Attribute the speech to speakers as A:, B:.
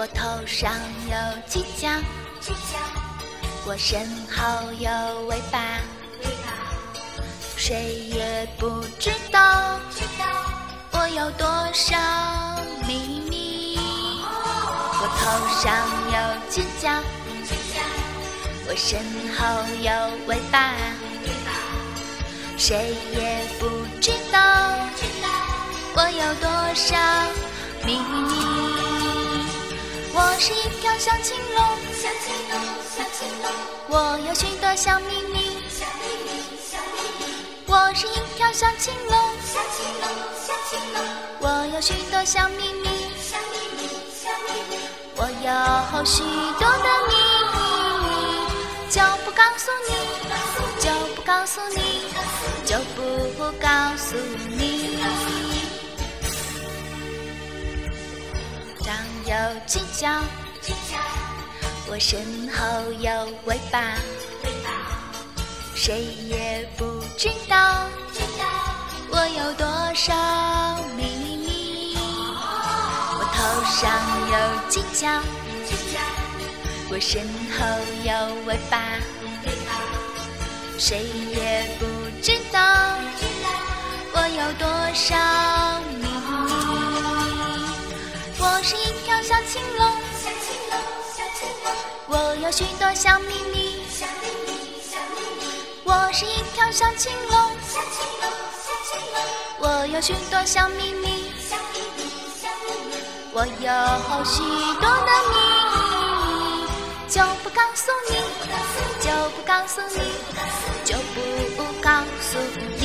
A: 我头上有犄角，我身后有尾巴，谁也不知道我有多少秘密。我头上有犄角，我身后有尾巴，谁也不知道我有多少秘密。我是一条小青龙，我有许多小秘密。我是一条小青龙，我有许多小秘密。我有许多的秘密，就不告诉你，就不告诉你，就不告诉你。长有犄角，我身后有尾巴，谁也不知道我有多少秘密。我头上有犄角，我身后有尾巴，谁也不知道我有多少秘密。我是一条小青龙，我有许多小秘密。我是一条小青龙，我有许多小秘密。我有许多的秘密，就不告诉你，就不告诉你，就不告诉你。